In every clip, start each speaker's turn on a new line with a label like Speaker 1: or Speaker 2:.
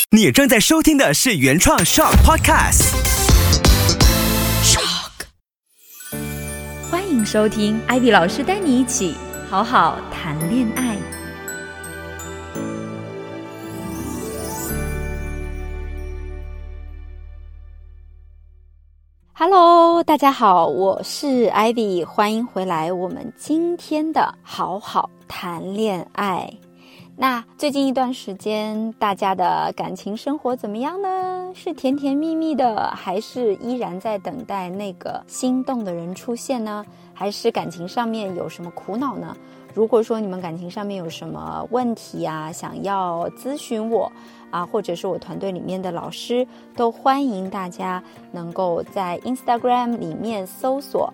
Speaker 1: 你正在收听的是原创 Shock Podcast。Shock，
Speaker 2: 欢迎收听 Ivy 老师带你一起好好谈恋爱。Hello， 大家好，我是 Ivy， 欢迎回来我们今天的好好谈恋爱。那最近一段时间大家的感情生活怎么样呢？是甜甜蜜蜜的，还是依然在等待那个心动的人出现呢？还是感情上面有什么苦恼呢？如果说你们感情上面有什么问题啊，想要咨询我啊，或者是我团队里面的老师，都欢迎大家能够在 Instagram 里面搜索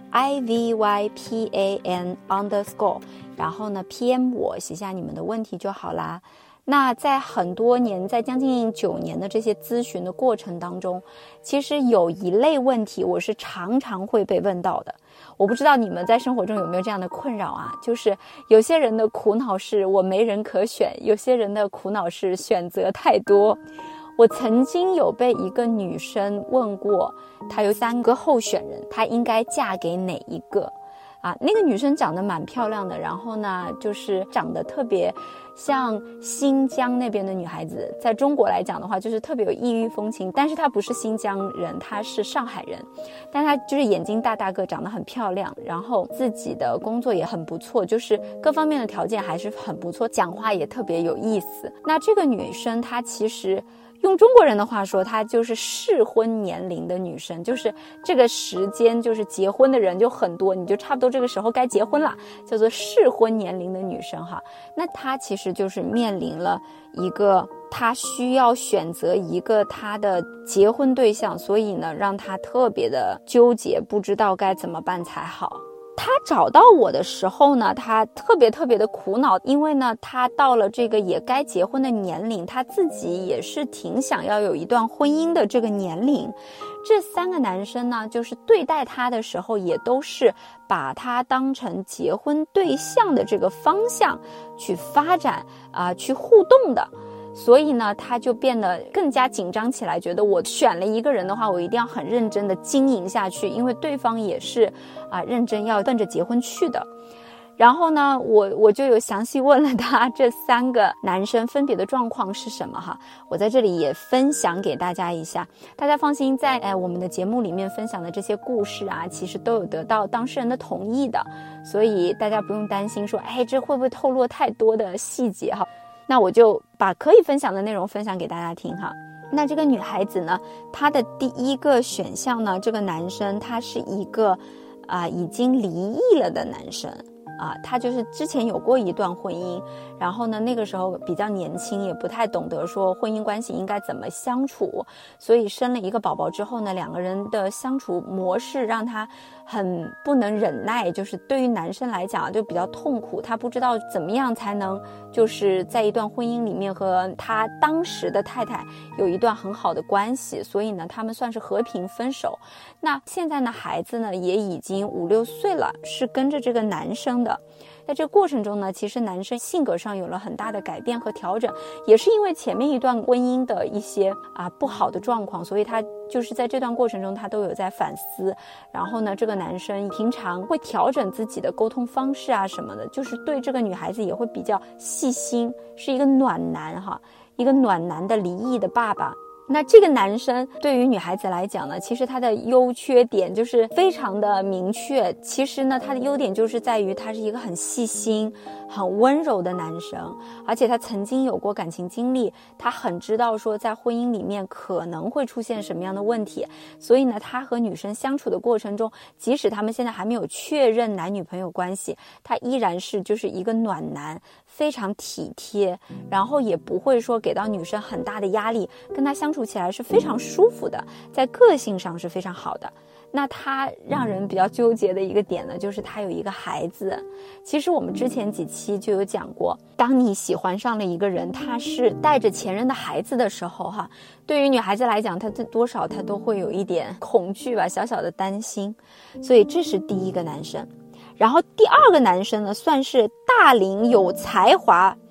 Speaker 2: IVYPAN_， 然后呢 PM 我，写下你们的问题就好啦。那在很多年，在将近9年的这些咨询的过程当中，其实有一类问题我是常常会被问到的。我不知道你们在生活中有没有这样的困扰啊，就是有些人的苦恼是我没人可选，有些人的苦恼是选择太多。我曾经有被一个女生问过，她有3个候选人，她应该嫁给哪一个啊？那个女生长得蛮漂亮的，然后呢就是长得特别像新疆那边的女孩子，在中国来讲的话就是特别有异域风情，但是她不是新疆人，她是上海人，但她就是眼睛大大个，长得很漂亮，然后自己的工作也很不错，就是各方面的条件还是很不错，讲话也特别有意思。那这个女生她其实用中国人的话说，她就是适婚年龄的女生，就是这个时间就是结婚的人就很多，你就差不多这个时候该结婚了，叫做适婚年龄的女生哈。那她其实就是面临了一个她需要选择一个她的结婚对象，所以呢让她特别的纠结，不知道该怎么办才好。他找到我的时候呢，他特别的苦恼，因为呢他到了这个也该结婚的年龄，他自己也是挺想要有一段婚姻的这个年龄。这3个男生呢，就是对待他的时候也都是把他当成结婚对象的这个方向去发展去互动的。所以呢他就变得更加紧张起来，觉得我选了一个人的话，我一定要很认真的经营下去，因为对方也是认真要奔着结婚去的。然后呢我就有详细问了他这3个男生分别的状况是什么哈，我在这里也分享给大家一下。大家放心，在我们的节目里面分享的这些故事啊，其实都有得到当事人的同意的，所以大家不用担心说这会不会透露太多的细节哈。那我就把可以分享的内容分享给大家听哈。那这个女孩子呢，她的第一个选项呢，这个男生他是一个已经离异了的男生他就是之前有过一段婚姻，然后呢那个时候比较年轻，也不太懂得说婚姻关系应该怎么相处，所以生了一个宝宝之后呢，2个人的相处模式让他很不能忍耐，就是对于男生来讲就比较痛苦，他不知道怎么样才能就是在一段婚姻里面和他当时的太太有一段很好的关系，所以呢他们算是和平分手。那现在呢孩子呢也已经5、6岁了，是跟着这个男生的。在这个过程中呢，其实男生性格上有了很大的改变和调整，也是因为前面一段婚姻的一些不好的状况，所以他就是在这段过程中他都有在反思。然后呢这个男生平常会调整自己的沟通方式什么的，就是对这个女孩子也会比较细心，是一个暖男哈，一个暖男的离异的爸爸。那这个男生对于女孩子来讲呢，其实他的优缺点就是非常的明确。其实呢他的优点就是在于他是一个很细心很温柔的男生，而且他曾经有过感情经历，他很知道说在婚姻里面可能会出现什么样的问题，所以呢他和女生相处的过程中，即使他们现在还没有确认男女朋友关系，他依然是就是一个暖男，非常体贴，然后也不会说给到女生很大的压力，跟他相处起来是非常舒服的，在个性上是非常好的。那他让人比较纠结的一个点呢，就是他有一个孩子。其实我们之前几期就有讲过，当你喜欢上了一个人，他是带着前任的孩子的时候对于女孩子来讲，她多少她都会有一点恐惧吧，小小的担心。所以这是第一个男生。然后第2个男生呢，算是大龄有才华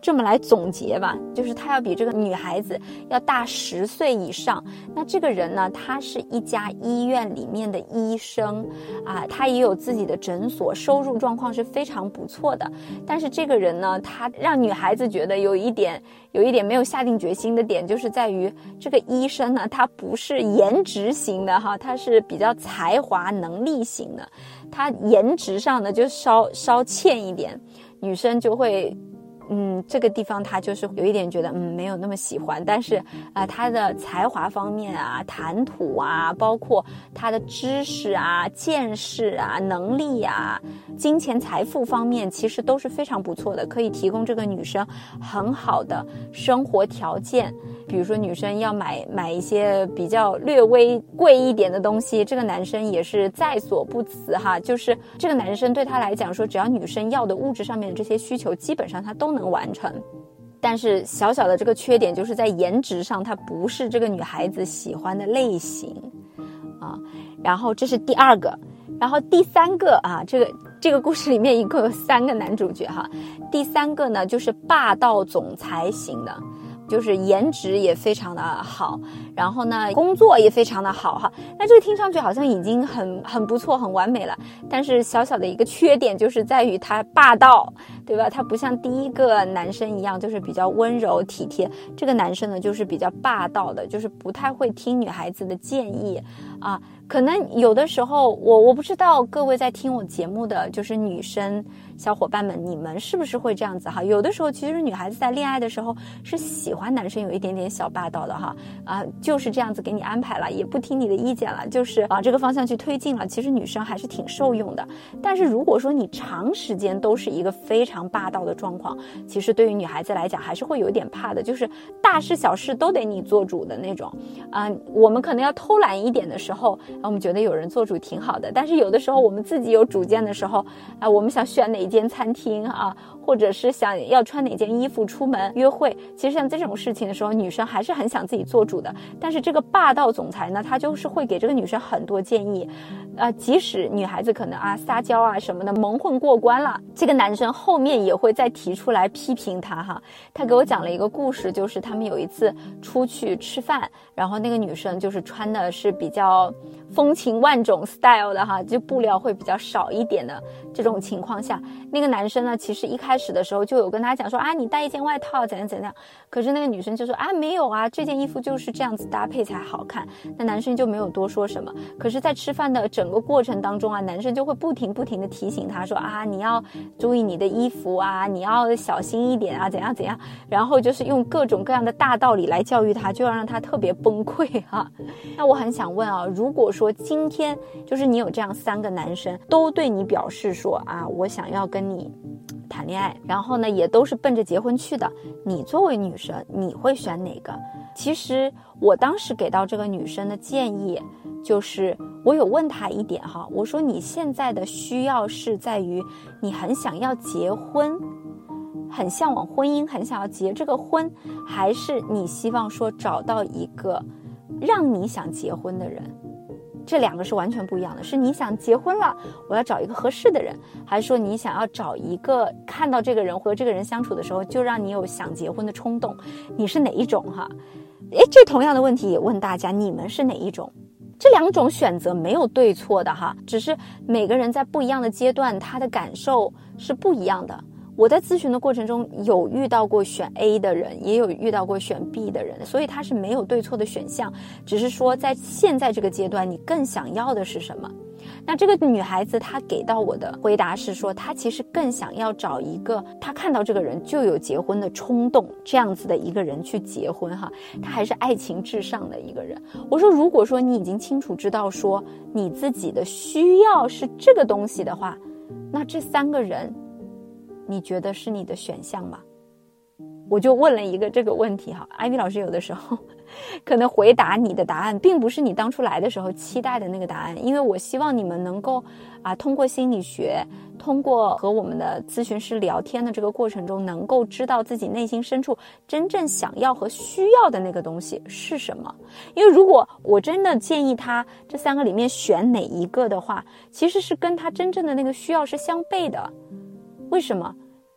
Speaker 2: 这么来总结吧，就是他要比这个女孩子要大10岁以上。那这个人呢，他是一家医院里面的医生啊，他也有自己的诊所，收入状况是非常不错的。但是这个人呢，他让女孩子觉得有一点没有下定决心的点，就是在于这个医生呢，他不是颜值型的哈，他是比较才华能力型的，他颜值上呢就稍欠一点，女生就会这个地方他就是有一点觉得没有那么喜欢。但是他的才华方面啊，谈吐啊，包括他的知识啊、见识啊、能力啊、金钱财富方面其实都是非常不错的，可以提供这个女生很好的生活条件。比如说女生要买一些比较略微贵一点的东西，这个男生也是在所不辞哈。就是这个男生对他来讲说，只要女生要的物质上面的这些需求，基本上他都能完成。但是小小的这个缺点就是在颜值上，他不是这个女孩子喜欢的类型啊。然后这是第2个，然后第3个啊，这个故事里面一共有3个男主角哈。第3个呢，就是霸道总裁型的。就是颜值也非常的好，然后呢工作也非常的好哈。那这个听上去好像已经很不错很完美了，但是小小的一个缺点就是在于他霸道，对吧？他不像第1个男生一样就是比较温柔体贴，这个男生呢就是比较霸道的，就是不太会听女孩子的建议啊。可能有的时候我不知道各位在听我节目的就是女生小伙伴们，你们是不是会这样子哈？有的时候其实女孩子在恋爱的时候是喜欢男生有一点点小霸道的哈，就是这样子给你安排了，也不听你的意见了，就是这个方向去推进了，其实女生还是挺受用的。但是如果说你长时间都是一个非常霸道的状况，其实对于女孩子来讲还是会有点怕的，就是大事小事都得你做主的那种我们可能要偷懒一点的时候，我们觉得有人做主挺好的，但是有的时候我们自己有主见的时候我们想选哪间餐厅或者是想要穿哪件衣服出门约会，其实像这种事情的时候，女生还是很想自己做主的。但是这个霸道总裁呢，他就是会给这个女生很多建议即使女孩子可能撒娇什么的蒙混过关了，这个男生后面也会再提出来批评他哈。他给我讲了一个故事，就是他们有一次出去吃饭，然后那个女生就是穿的是比较风情万种 style 的哈，就布料会比较少一点的这种情况下，那个男生呢其实一开始的时候就有跟他讲说你带一件外套怎样怎样，可是那个女生就说没有这件衣服就是这样子搭配才好看，那男生就没有多说什么。可是在吃饭的整个过程当中男生就会不停的提醒他说你要注意你的衣服你要小心一点怎样怎样，然后就是用各种各样的大道理来教育他，就要让他特别崩溃那我很想问如果说今天就是你有这样3个男生都对你表示说我想要跟你谈恋爱，然后呢也都是奔着结婚去的，你作为女生你会选哪个？其实我当时给到这个女生的建议就是我有问她一点我说你现在的需要是在于你很想要结婚，很向往婚姻，很想要结这个婚，还是你希望说找到一个让你想结婚的人？这2个是完全不一样的，是你想结婚了我要找一个合适的人，还是说你想要找一个看到这个人和这个人相处的时候就让你有想结婚的冲动，你是哪一种这同样的问题也问大家，你们是哪一种？这2种选择没有对错的只是每个人在不一样的阶段他的感受是不一样的。我在咨询的过程中有遇到过选 A 的人，也有遇到过选 B 的人，所以它是没有对错的选项，只是说在现在这个阶段你更想要的是什么。那这个女孩子她给到我的回答是说，她其实更想要找一个她看到这个人就有结婚的冲动这样子的一个人去结婚她还是爱情至上的一个人。我说如果说你已经清楚知道说你自己的需要是这个东西的话，那这3个人你觉得是你的选项吗？我就问了一个这个问题Ivy 老师有的时候可能回答你的答案并不是你当初来的时候期待的那个答案，因为我希望你们能够通过心理学，通过和我们的咨询师聊天的这个过程中，能够知道自己内心深处真正想要和需要的那个东西是什么。因为如果我真的建议他这3个里面选哪一个的话，其实是跟他真正的那个需要是相悖的。为什么？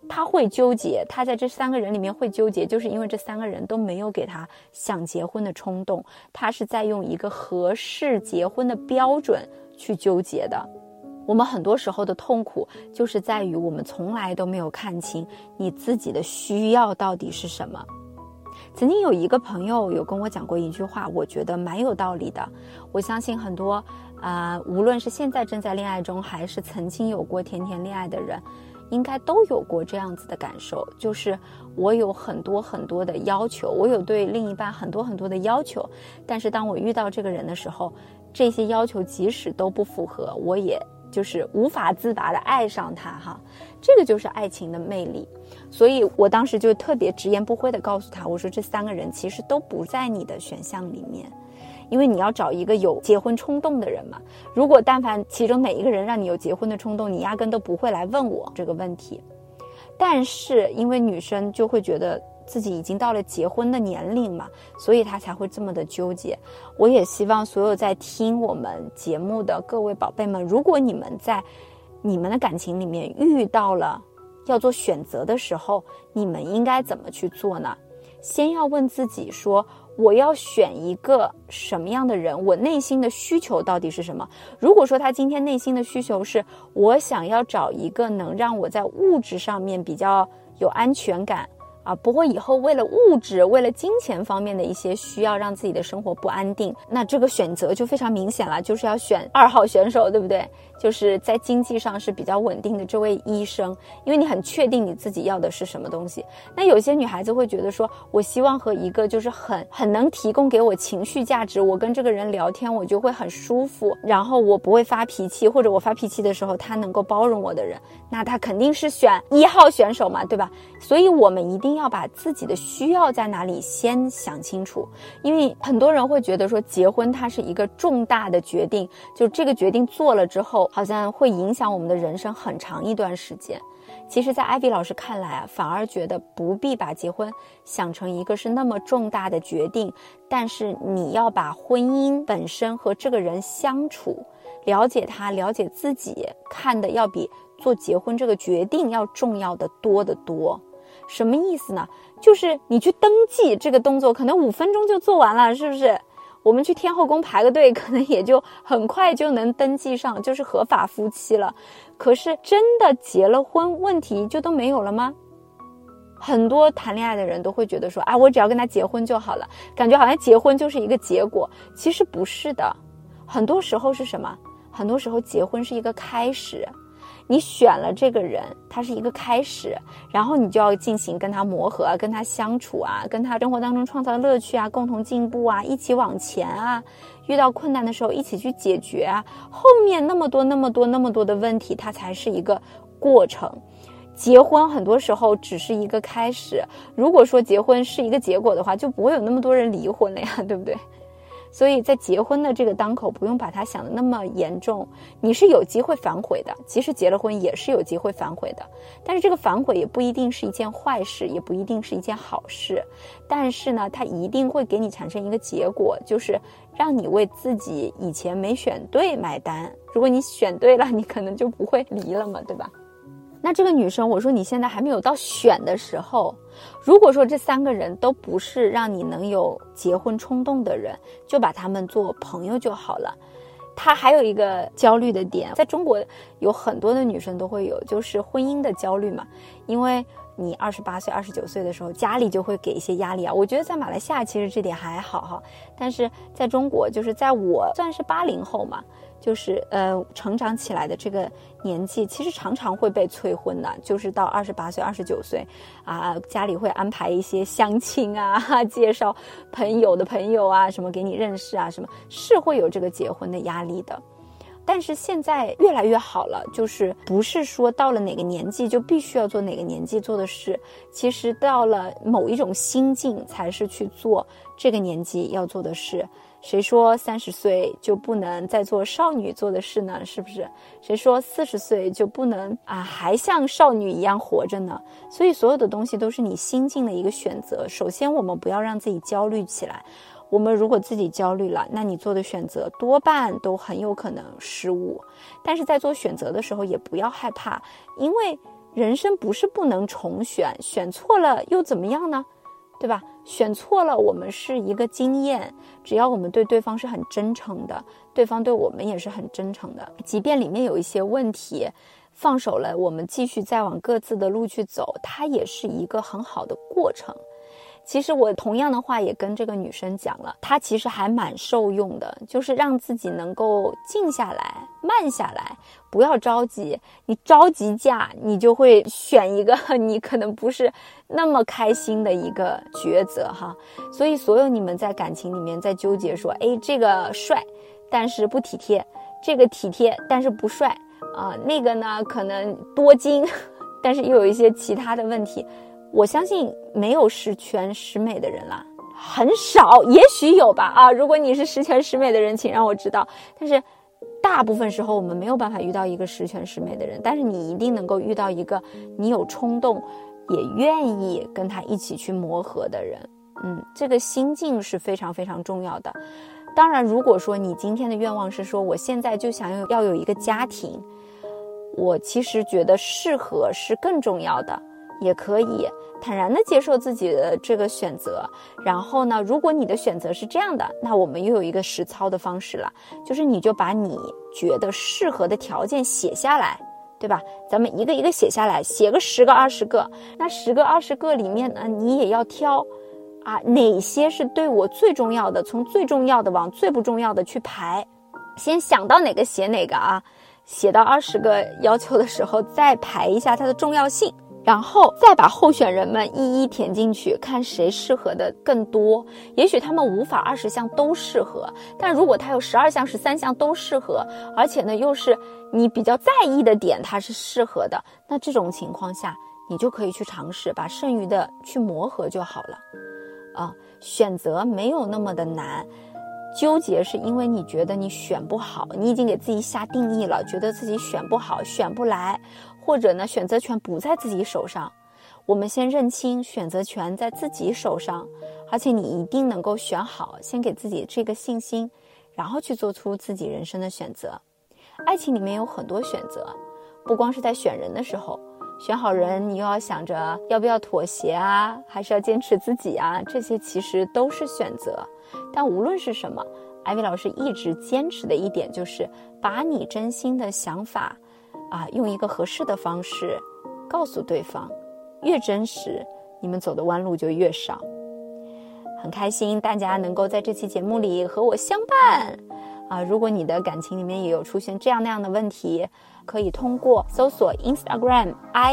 Speaker 2: 他会纠结，他在这3个人里面会纠结，就是因为这3个人都没有给他想结婚的冲动，他是在用一个合适结婚的标准去纠结的。我们很多时候的痛苦就是在于我们从来都没有看清你自己的需要到底是什么。曾经有一个朋友有跟我讲过一句话，我觉得蛮有道理的。我相信很多无论是现在正在恋爱中，还是曾经有过甜甜恋爱的人，应该都有过这样子的感受，就是我有很多很多的要求，我有对另一半很多很多的要求，但是当我遇到这个人的时候，这些要求即使都不符合，我也就是无法自拔的爱上他哈，这个就是爱情的魅力。所以我当时就特别直言不讳的告诉他，我说这3个人其实都不在你的选项里面，因为你要找一个有结婚冲动的人嘛。如果但凡其中哪一个人让你有结婚的冲动，你压根都不会来问我这个问题。但是因为女生就会觉得自己已经到了结婚的年龄嘛，所以她才会这么的纠结。我也希望所有在听我们节目的各位宝贝们，如果你们在你们的感情里面遇到了要做选择的时候，你们应该怎么去做呢？先要问自己说，我要选一个什么样的人，我内心的需求到底是什么。如果说他今天内心的需求是我想要找一个能让我在物质上面比较有安全感不会以后为了物质为了金钱方面的一些需要让自己的生活不安定，那这个选择就非常明显了，就是要选2号选手，对不对？就是在经济上是比较稳定的这位医生，因为你很确定你自己要的是什么东西。那有些女孩子会觉得说，我希望和一个就是很能提供给我情绪价值，我跟这个人聊天我就会很舒服，然后我不会发脾气，或者我发脾气的时候他能够包容我的人，那他肯定是选1号选手嘛，对吧？所以我们一定要把自己的需要在哪里先想清楚。因为很多人会觉得说结婚它是一个重大的决定，就这个决定做了之后好像会影响我们的人生很长一段时间。其实在艾比老师看来反而觉得不必把结婚想成一个是那么重大的决定，但是你要把婚姻本身和这个人相处，了解他了解自己，看的要比做结婚这个决定要重要的多得多。什么意思呢？就是你去登记这个动作可能5分钟就做完了，是不是？我们去天后宫排个队可能也就很快就能登记上，就是合法夫妻了。可是真的结了婚，问题就都没有了吗？很多谈恋爱的人都会觉得说我只要跟他结婚就好了，感觉好像结婚就是一个结果。其实不是的，很多时候是什么？很多时候结婚是一个开始。你选了这个人，他是一个开始，然后你就要进行跟他磨合跟他相处跟他生活当中创造乐趣共同进步一起往前遇到困难的时候一起去解决后面那么多的问题，它才是一个过程。结婚很多时候只是一个开始，如果说结婚是一个结果的话，就不会有那么多人离婚了呀，对不对？所以在结婚的这个当口，不用把它想得那么严重，你是有机会反悔的，即使结了婚也是有机会反悔的。但是这个反悔也不一定是一件坏事，也不一定是一件好事，但是呢，它一定会给你产生一个结果，就是让你为自己以前没选对买单。如果你选对了，你可能就不会离了嘛，对吧？那这个女生，我说你现在还没有到选的时候，如果说这3个人都不是让你能有结婚冲动的人，就把他们做朋友就好了。她还有一个焦虑的点，在中国有很多的女生都会有，就是婚姻的焦虑嘛。因为你28岁、29岁的时候，家里就会给一些压力我觉得在马来西亚其实这点还好但是在中国，就是在我算是80后嘛，就是成长起来的这个年纪，其实常常会被催婚的，就是到28岁、29岁家里会安排一些相亲介绍朋友的朋友什么给你认识什么，是会有这个结婚的压力的。但是现在越来越好了，就是不是说到了哪个年纪就必须要做哪个年纪做的事，其实到了某一种心境才是去做这个年纪要做的事。谁说30岁就不能再做少女做的事呢？是不是？谁说40岁就不能还像少女一样活着呢？所以所有的东西都是你心境的一个选择。首先我们不要让自己焦虑起来，我们如果自己焦虑了，那你做的选择多半都很有可能失误。但是在做选择的时候也不要害怕，因为人生不是不能重选，选错了又怎么样呢？对吧？选错了我们是一个经验，只要我们对对方是很真诚的，对方对我们也是很真诚的，即便里面有一些问题，放手了，我们继续再往各自的路去走，它也是一个很好的过程。其实我同样的话也跟这个女生讲了，她其实还蛮受用的，就是让自己能够静下来，慢下来，不要着急。你着急嫁，你就会选一个你可能不是那么开心的一个抉择哈。所以所有你们在感情里面在纠结说，这个帅但是不体贴，这个体贴但是不帅那个呢可能多金但是又有一些其他的问题，我相信没有十全十美的人啦，很少，也许有吧如果你是十全十美的人，请让我知道。但是大部分时候我们没有办法遇到一个十全十美的人，但是你一定能够遇到一个你有冲动也愿意跟他一起去磨合的人。这个心境是非常非常重要的。当然如果说你今天的愿望是说我现在就想要有一个家庭，我其实觉得适合是更重要的，也可以坦然地接受自己的这个选择。然后呢，如果你的选择是这样的，那我们又有一个实操的方式了，就是你就把你觉得适合的条件写下来，对吧？咱们一个一个写下来，写个10个20个，那10个20个里面呢，你也要挑哪些是对我最重要的，从最重要的往最不重要的去排，先想到哪个写哪个写到20个要求的时候再排一下它的重要性，然后再把候选人们一一填进去，看谁适合的更多。也许他们无法20项都适合，但如果他有12项13项都适合，而且呢又是你比较在意的点它是适合的，那这种情况下你就可以去尝试把剩余的去磨合就好了选择没有那么的难，纠结是因为你觉得你选不好，你已经给自己下定义了，觉得自己选不好，选不来，或者呢选择权不在自己手上。我们先认清选择权在自己手上，而且你一定能够选好，先给自己这个信心，然后去做出自己人生的选择。爱情里面有很多选择，不光是在选人的时候，选好人你又要想着要不要妥协还是要坚持自己这些其实都是选择。但无论是什么，Ivy老师一直坚持的一点就是把你真心的想法用一个合适的方式告诉对方，越真实你们走的弯路就越少。很开心大家能够在这期节目里和我相伴如果你的感情里面也有出现这样那样的问题，可以通过搜索 Instagram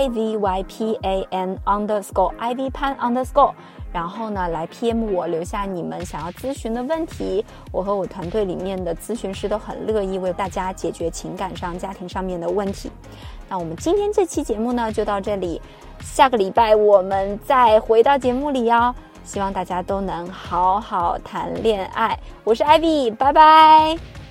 Speaker 2: IVYPAN_IVPAN_，然后呢来 PM 我，留下你们想要咨询的问题，我和我团队里面的咨询师都很乐意为大家解决情感上家庭上面的问题。那我们今天这期节目呢就到这里，下个礼拜我们再回到节目里希望大家都能好好谈恋爱。我是 Ivy， 拜拜。